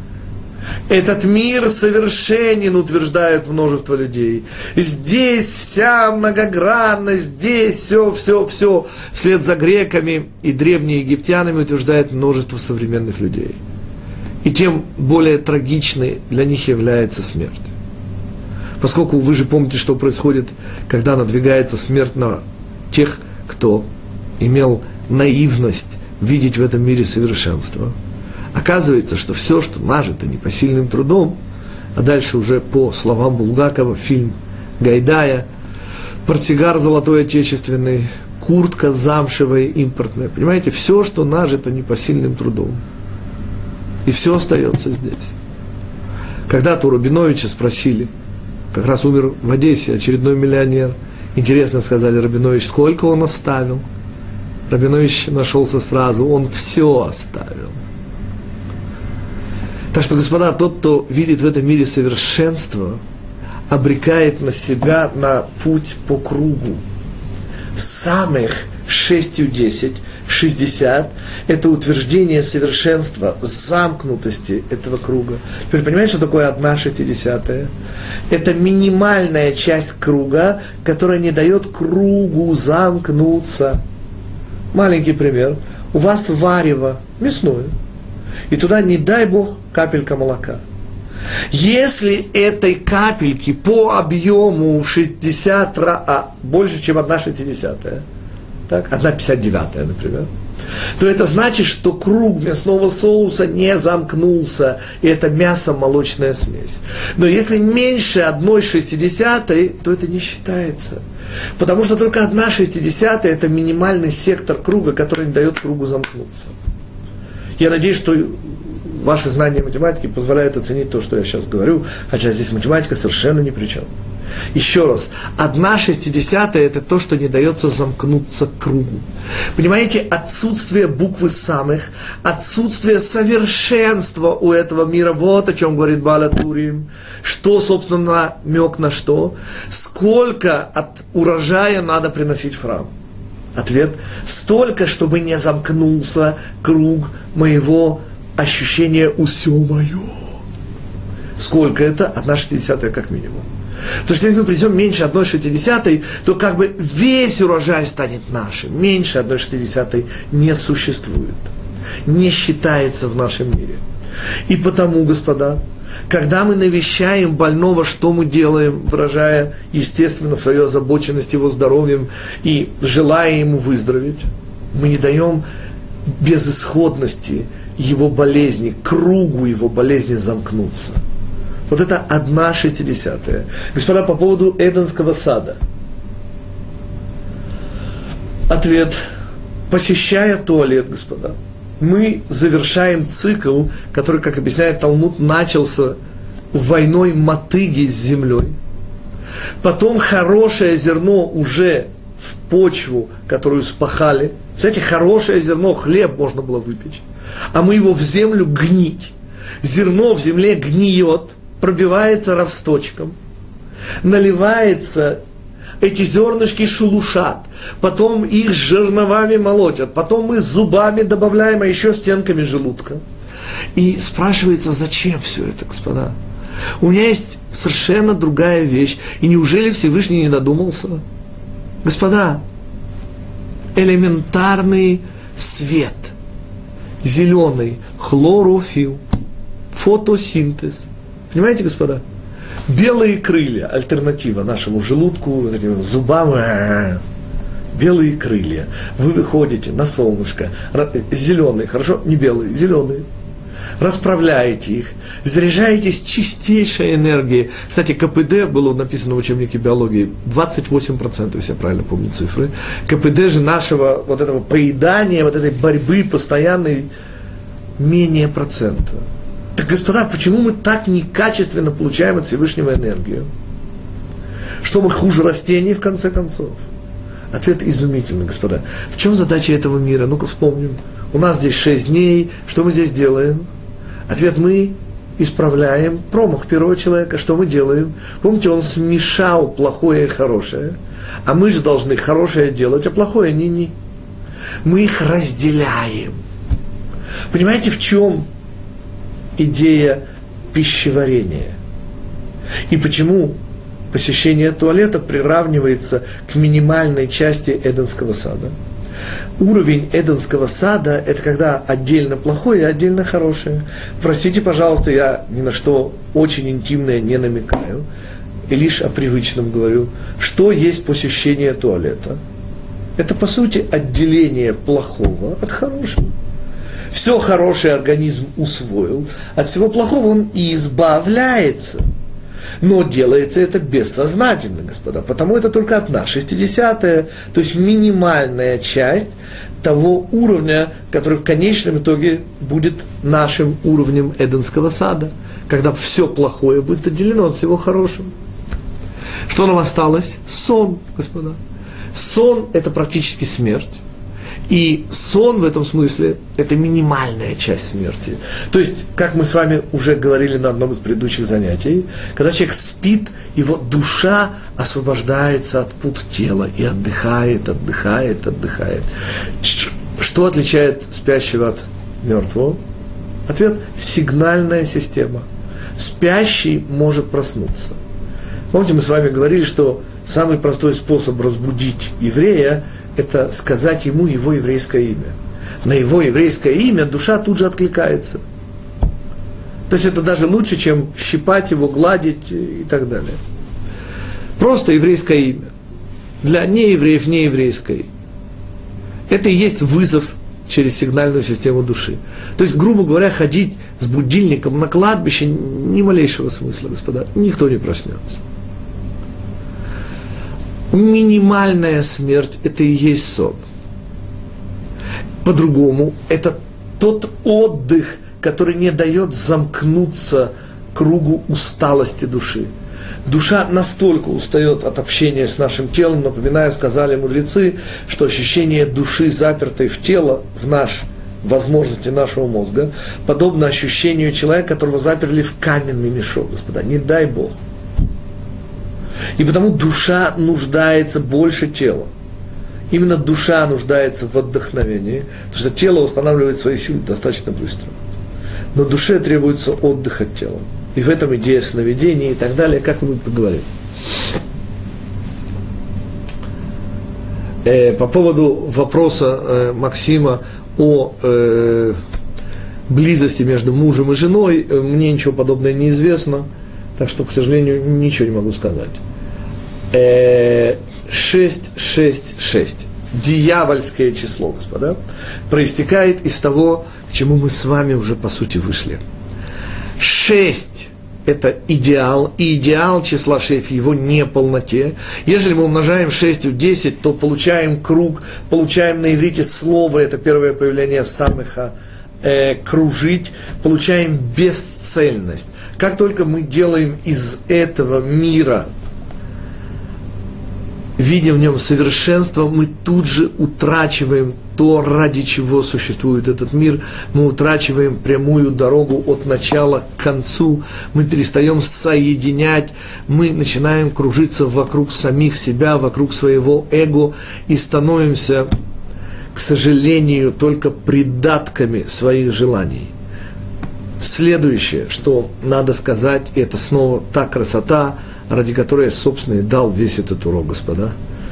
Этот мир совершенен, утверждают множество людей. Здесь вся многогранность, здесь все, все, все. Вслед за греками и древними египтянами утверждает множество современных людей. И тем более трагичной для них является смерть. Поскольку вы же помните, что происходит, когда надвигается смерть на тех, кто имел наивность видеть в этом мире совершенство. Оказывается, что все, что нажито непосильным трудом, а дальше уже по словам Булгакова, фильм Гайдая, портсигар золотой отечественный, куртка замшевая импортная, понимаете, все, что нажито непосильным трудом. И все остается здесь. Когда-то у Рабиновича спросили, как раз умер в Одессе очередной миллионер, интересно сказали, Рабинович, сколько он оставил? Рабинович нашелся сразу, он все оставил. Так что, господа, тот, кто видит в этом мире совершенство, обрекает на себя на путь по кругу. Самых шестью десять, шестьдесят – это утверждение совершенства, замкнутости этого круга. Теперь понимаете, что такое одна шестидесятая? Это минимальная часть круга, которая не дает кругу замкнуться. Маленький пример. У вас варево мясное, и туда, не дай Бог, капелька молока. Если этой капельки по объему в шестьдесят раз, а больше, чем одна шестидесятая, так, одна пятьдесят девятая, например, то это значит, что круг мясного соуса не замкнулся, и это мясо-молочная смесь. Но если меньше одной шестидесятой, то это не считается. Потому что только одна шестидесятая – это минимальный сектор круга, который не дает кругу замкнуться. Я надеюсь, что ваши знания математики позволяют оценить то, что я сейчас говорю, хотя здесь математика совершенно ни при чем. Еще раз, одна шестидесятая – это то, что не дается замкнуться к кругу. Понимаете, отсутствие буквы самых, отсутствие совершенства у этого мира, вот о чем говорит Бааль ха-Турим. Что, собственно, намек на что? Сколько от урожая надо приносить в храм? Ответ – столько, чтобы не замкнулся круг моего ощущения «усё моё». Сколько это? одна шестидесятая как минимум. Потому что если мы придем меньше одной шестидесятой, то как бы весь урожай станет нашим. Меньше одной шестидесятой не существует. Не считается в нашем мире. И потому, господа, когда мы навещаем больного, что мы делаем, выражая, естественно, свою озабоченность его здоровьем и желая ему выздороветь, мы не даем безысходности его болезни, кругу его болезни замкнуться. Вот это одна шестидесятая. Господа, по поводу Эденского сада. Ответ. Посещая туалет, господа, мы завершаем цикл, который, как объясняет Талмуд, начался войной мотыги с землей. Потом хорошее зерно уже в почву, которую спахали. Кстати, хорошее зерно, хлеб можно было выпечь. А мы его в землю гнить. Зерно в земле гниет, пробивается росточком, наливается, эти зернышки шелушат, потом их с жерновами молотят, потом мы зубами добавляем, а еще стенками желудка. И спрашивается, зачем все это, господа? У меня есть совершенно другая вещь, и неужели Всевышний не додумался? Господа, элементарный свет, зеленый, хлорофилл, фотосинтез. Понимаете, господа? Белые крылья, альтернатива нашему желудку, вот этим зубам. Белые крылья. Вы выходите на солнышко, зеленые, хорошо? Не белые, зеленые. Расправляете их, заряжаетесь чистейшей энергией. Кстати, ка пэ дэ было написано в учебнике биологии, двадцать восемь процентов, если я правильно помню цифры. ка пэ дэ же нашего вот этого поедания, вот этой борьбы постоянной, менее процента. Так, господа, почему мы так некачественно получаем от Всевышнего энергию? Что мы хуже растений, в конце концов? Ответ изумительный, господа. В чем задача этого мира? Ну-ка вспомним. У нас здесь шесть дней. Что мы здесь делаем? Ответ: мы исправляем промах первого человека. Что мы делаем? Помните, он смешал плохое и хорошее. А мы же должны хорошее делать, а плохое не-не. Мы их разделяем. Понимаете, в чем идея пищеварения? И почему посещение туалета приравнивается к минимальной части Эденского сада? Уровень Эденского сада – это когда отдельно плохое и отдельно хорошее. Простите, пожалуйста, я ни на что очень интимное не намекаю, и лишь о привычном говорю. Что есть посещение туалета? Это, по сути, отделение плохого от хорошего. Все хорошее организм усвоил, от всего плохого он и избавляется. Но делается это бессознательно, господа, потому это только одна шестидесятая, то есть минимальная часть того уровня, который в конечном итоге будет нашим уровнем Эденского сада, когда все плохое будет отделено от всего хорошего. Что нам осталось? Сон, господа. Сон – это практически смерть. И сон в этом смысле – это минимальная часть смерти. То есть, как мы с вами уже говорили на одном из предыдущих занятий, когда человек спит, его душа освобождается от пут тела и отдыхает, отдыхает, отдыхает. Что отличает спящего от мертвого? Ответ – сигнальная система. Спящий может проснуться. Помните, мы с вами говорили, что самый простой способ разбудить еврея – это сказать ему его еврейское имя. На его еврейское имя душа тут же откликается. То есть это даже лучше, чем щипать его, гладить и так далее. Просто еврейское имя. Для неевреев нееврейское имя. Это и есть вызов через сигнальную систему души. То есть, грубо говоря, ходить с будильником на кладбище ни малейшего смысла, господа. Никто не проснется. Минимальная смерть – это и есть сон. По-другому, это тот отдых, который не дает замкнуться кругу усталости души. Душа настолько устает от общения с нашим телом, напоминаю, сказали мудрецы, что ощущение души, запертой в тело, в наш, возможности нашего мозга, подобно ощущению человека, которого заперли в каменный мешок, господа, не дай Бог. И потому душа нуждается больше тела. Именно душа нуждается в вдохновении, потому что тело восстанавливает свои силы достаточно быстро. Но душе требуется отдых от тела. И в этом идея сновидений и так далее, как мы поговорим. Э, по поводу вопроса э, Максима о э, близости между мужем и женой, э, мне ничего подобного не известно, так что, к сожалению, ничего не могу сказать. Э, шесть, шесть, шесть. Дьявольское число, господа, проистекает из того, к чему мы с вами уже, по сути, вышли. Шесть – это идеал, и идеал числа шесть в его неполноте. Если мы умножаем шестью десять, то получаем круг, получаем на иврите слово, это первое появление самыха, э, кружить, получаем бесцельность. Как только мы делаем из этого мира, видя в нем совершенство, мы тут же утрачиваем то, ради чего существует этот мир. Мы утрачиваем прямую дорогу от начала к концу. Мы перестаем соединять. Мы начинаем кружиться вокруг самих себя, вокруг своего эго и становимся, к сожалению, только придатками своих желаний. Следующее, что надо сказать, это снова та красота, ради которой я, собственно, и дал весь этот урок, господа.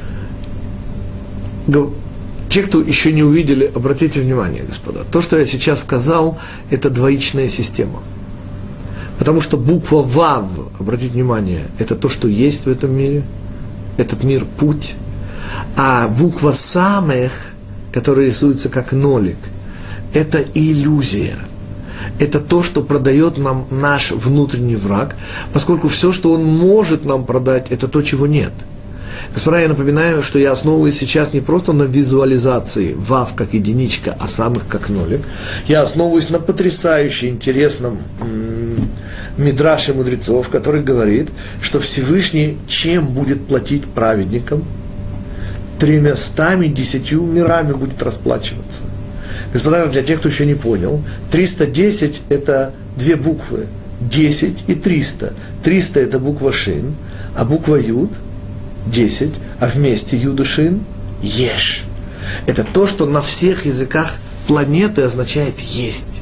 Те, кто еще не увидели, обратите внимание, господа, то, что я сейчас сказал, это двоичная система. Потому что буква Вав, обратите внимание, это то, что есть в этом мире, этот мир – путь. А буква Самех, которая рисуется как нолик, это иллюзия. Это то, что продает нам наш внутренний враг, поскольку все, что он может нам продать, это то, чего нет. Господа, я напоминаю, что я основываюсь сейчас не просто на визуализации вав как единичка, а самых как нолик. Я основываюсь на потрясающе интересном м- мидраше мудрецов, который говорит, что Всевышний чем будет платить праведникам? Тремястами десятью мирами будет расплачиваться. Господа, для тех, кто еще не понял, триста десять – это две буквы, десять и триста. триста – это буква Шин, а буква Юд – десять, а вместе Юд и Шин – Еш. Это то, что на всех языках планеты означает «есть».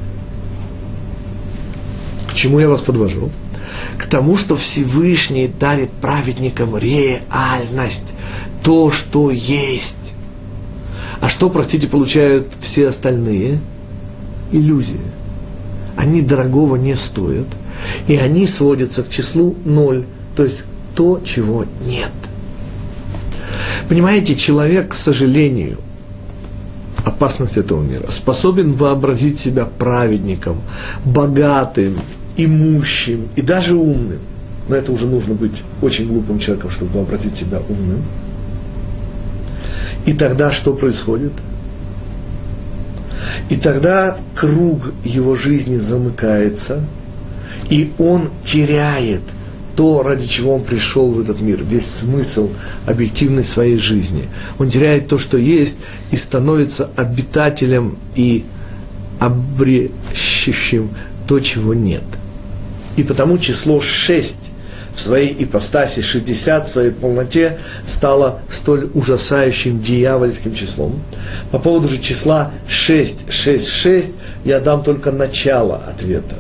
К чему я вас подвожу? К тому, что Всевышний дарит праведникам реальность, то, что есть. А что, простите, получают все остальные? Иллюзии. Они дорогого не стоят, и они сводятся к числу ноль, то есть то, чего нет. Понимаете, человек, к сожалению, опасность этого мира, способен вообразить себя праведником, богатым, имущим и даже умным. Но это уже нужно быть очень глупым человеком, чтобы вообразить себя умным. И тогда что происходит? И тогда круг его жизни замыкается, и он теряет то, ради чего он пришел в этот мир, весь смысл объективной своей жизни. Он теряет то, что есть, и становится обитателем и обрещущим то, чего нет. И потому число шесть в своей ипостаси, шестьдесят в своей полноте стало столь ужасающим дьявольским числом. По поводу же числа шесть, шесть, шесть я дам только начало ответа.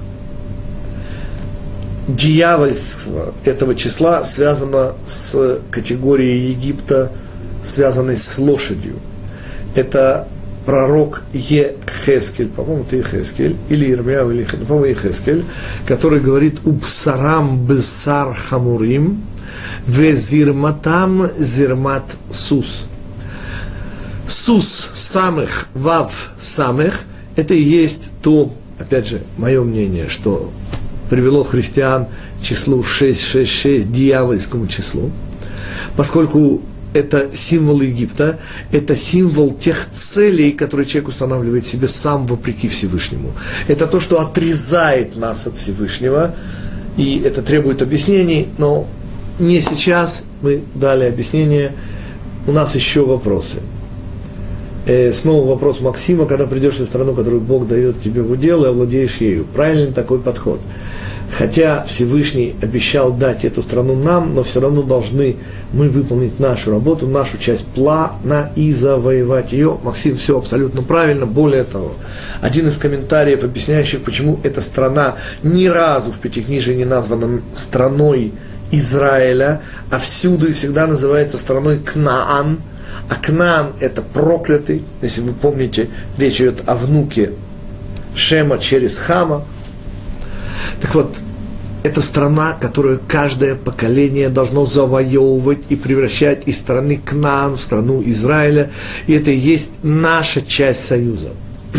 Дьявольство этого числа связано с категорией Египта, связанной с лошадью. Это пророк Ехескель, по-моему, это Ехескель, или Ирмияу, или, по-моему, Ехескель, который говорит «Убсарам бесар хамурим, везирматам зирмат сус». Сус самых, вав самых, это и есть то, опять же, мое мнение, что привело христиан к числу шесть шесть шесть, дьявольскому числу, поскольку это символ Египта, это символ тех целей, которые человек устанавливает себе сам вопреки Всевышнему. Это то, что отрезает нас от Всевышнего, и это требует объяснений, но не сейчас, мы дали объяснение, у нас еще вопросы. Э, снова вопрос Максима, когда придешь в страну, которую Бог дает тебе в удел, и овладеешь ею. Правильный такой подход. Хотя Всевышний обещал дать эту страну нам, но все равно должны мы выполнить нашу работу, нашу часть плана и завоевать ее. Максим, все абсолютно правильно. Более того, один из комментариев, объясняющих, почему эта страна ни разу в Пятикнижии не названа страной Израиля, а всюду и всегда называется страной Кнаан. А Кнаан – это проклятый, если вы помните, речь идет о внуке Шема через Хама. Так вот, это страна, которую каждое поколение должно завоевывать и превращать из страны Кнаан в страну Израиля. И это и есть наша часть союза.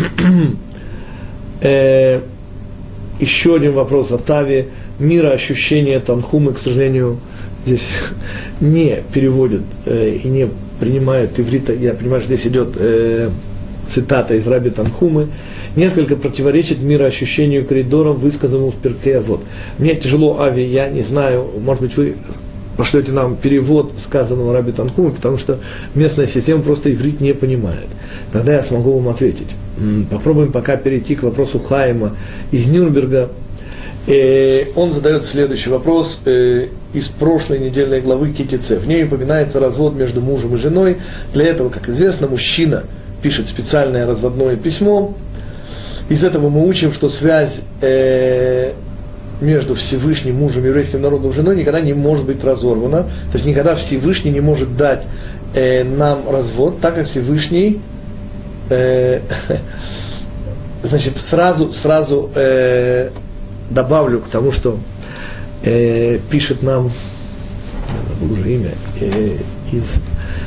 Еще один вопрос о Таве. Мироощущение Танхумы, к сожалению, здесь не переводят и не принимают иврита. Я понимаю, что здесь идет цитата из Раби Танхумы. Несколько противоречит мироощущению коридором, высказанному в Перкей Авот. Мне тяжело, Ави, я не знаю, может быть, вы пошлете нам перевод сказанного Раби Танхумы, потому что местная система просто иврит не понимает. Тогда я смогу вам ответить. Попробуем пока перейти к вопросу Хаима из Нюрнберга. Он задает следующий вопрос из прошлой недельной главы Китице. В ней упоминается развод между мужем и женой. Для этого, как известно, мужчина пишет специальное разводное письмо. Из этого мы учим, что связь э, между Всевышним мужем и еврейским народом и женой никогда не может быть разорвана. То есть никогда Всевышний не может дать э, нам развод, так как Всевышний э, значит, сразу, сразу э, добавлю к тому, что э, пишет нам, забыл уже имя, э, из...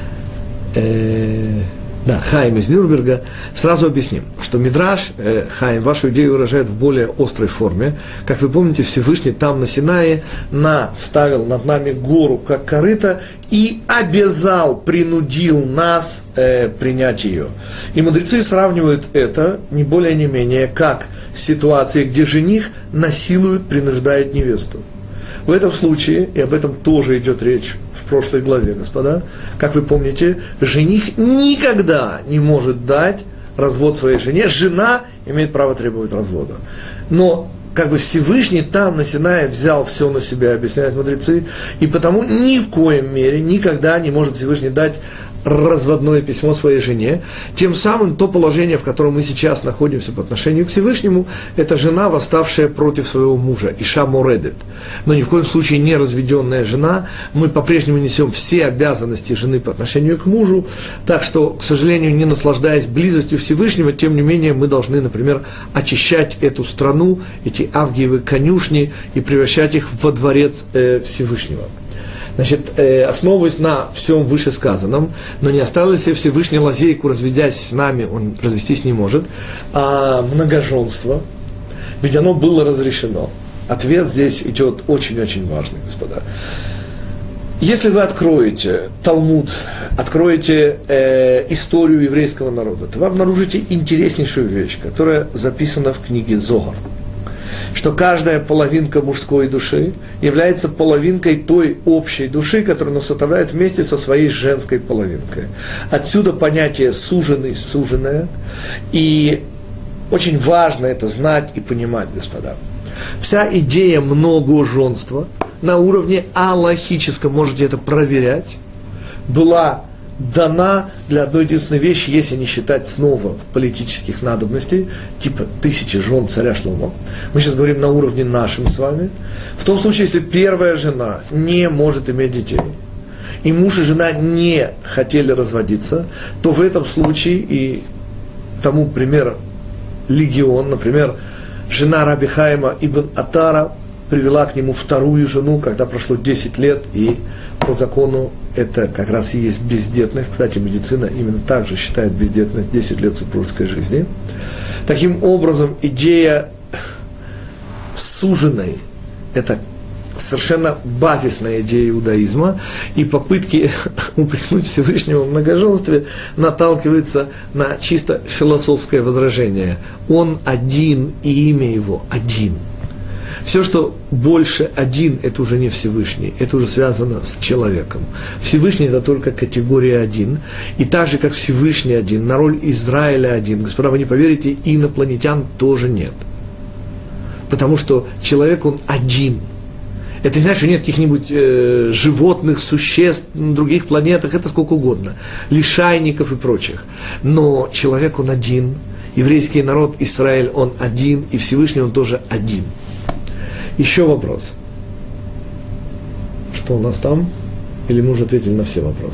Э, Да, Хаим из Нюрнберга, сразу объясним, что Мидраш, э, Хаим, вашу идею выражает в более острой форме. Как вы помните, Всевышний там на Синае наставил над нами гору, как корыто, и обязал, принудил нас э, принять ее. И мудрецы сравнивают это, не более не менее, как ситуации, где жених насилует, принуждает невесту. В этом случае, и об этом тоже идет речь в прошлой главе, господа, как вы помните, жених никогда не может дать развод своей жене, жена имеет право требовать развода. Но как бы Всевышний там на Синае взял все на себя, объясняют мудрецы, и потому ни в коем мере никогда не может Всевышний дать разводное письмо своей жене. Тем самым то положение, в котором мы сейчас находимся по отношению к Всевышнему, это жена, восставшая против своего мужа, Иша Моредет. Но ни в коем случае не разведенная жена. Мы по-прежнему несем все обязанности жены по отношению к мужу. Так что, к сожалению, не наслаждаясь близостью Всевышнего, тем не менее, мы должны, например, очищать эту страну, эти авгиевы конюшни, и превращать их во дворец э, Всевышнего. Значит, э, основываясь на всем вышесказанном, но не оставил себе Всевышний лазейку, разведясь с нами, он развестись не может, а многоженство, ведь оно было разрешено. Ответ здесь идет очень-очень важный, господа. Если вы откроете Талмуд, откроете э, историю еврейского народа, то вы обнаружите интереснейшую вещь, которая записана в книге Зогар. что каждая половинка мужской души является половинкой той общей души, которую она составляет вместе со своей женской половинкой. Отсюда понятие «суженый», «суженая». И очень важно это знать и понимать, господа. Вся идея многоженства на уровне аллахическом, можете это проверять, была дана для одной единственной вещи, если не считать снова политических надобностей, типа тысячи жен царя Шломо. Мы сейчас говорим на уровне нашем с вами. В том случае, если первая жена не может иметь детей, и муж и жена не хотели разводиться, то в этом случае, и тому пример легион, например, жена Раби Хаима ибн Атара привела к нему вторую жену, когда прошло десять лет, и по закону это как раз и есть бездетность. Кстати, медицина именно так же считает бездетность десять лет супружеской жизни. Таким образом, идея суженой – это совершенно базисная идея иудаизма, и попытки упрекнуть Всевышнего в многоженстве наталкиваются на чисто философское возражение. Он один, и имя его один. Все, что больше один, это уже не Всевышний, это уже связано с человеком. Всевышний – это только категория один. И так же, как Всевышний один, на роль Израиля один, господа, вы не поверите, инопланетян тоже нет. Потому что человек, он один. Это не значит, что нет каких-нибудь э, животных, существ на других планетах, это сколько угодно, лишайников и прочих. Но человек, он один, еврейский народ, Израиль, он один, и Всевышний, он тоже один. Еще вопрос. Что у нас там? Или мы уже ответили на все вопросы?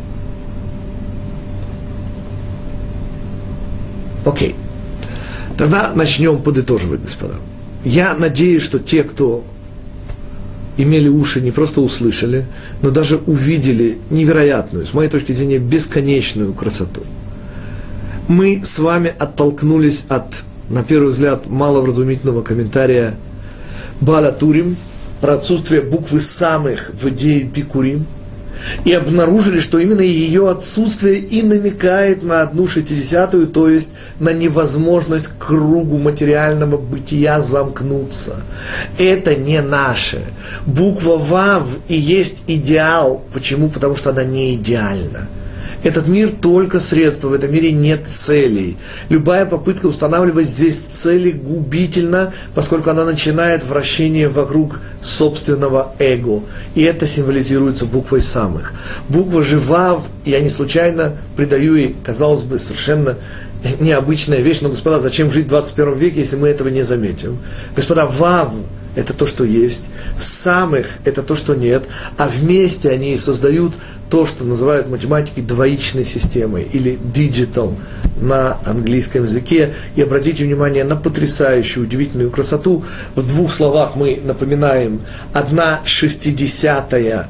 Окей. Тогда начнем подытоживать, господа. Я надеюсь, что те, кто имели уши, не просто услышали, но даже увидели невероятную, с моей точки зрения, бесконечную красоту. Мы с вами оттолкнулись от, на первый взгляд, маловразумительного комментария Бааля Турим про отсутствие буквы самых в идее Бикурим, и обнаружили, что именно ее отсутствие и намекает на одну шестидесятую, то есть на невозможность к кругу материального бытия замкнуться. Это не наше. Буква Вав и есть идеал. Почему? Потому что она не идеальна. Этот мир только средство, в этом мире нет целей. Любая попытка устанавливать здесь цели губительна, поскольку она начинает вращение вокруг собственного эго. И это символизируется буквой самых. Буква же Вав, я не случайно придаю ей, казалось бы, совершенно необычная вещь, но, господа, зачем жить в двадцать первом веке, если мы этого не заметим? Господа, Вав – это то, что есть, самых – это то, что нет, а вместе они и создают то, что называют математики двоичной системой, или digital на английском языке. И обратите внимание на потрясающую, удивительную красоту. В двух словах мы напоминаем: одна шестидесятая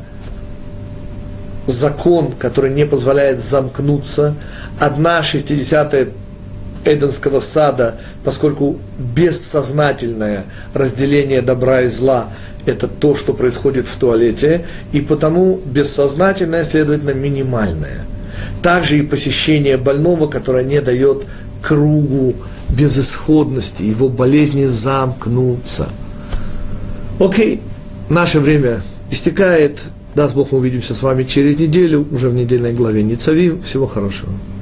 закон, который не позволяет замкнуться, одна шестидесятая Эденского сада, поскольку бессознательное разделение добра и зла – это то, что происходит в туалете, и потому бессознательное, следовательно, минимальное. Также и посещение больного, которое не дает кругу безысходности, его болезни замкнуться. Окей, наше время истекает. Даст Бог, мы увидимся с вами через неделю, уже в недельной главе Ницавим. Всего хорошего.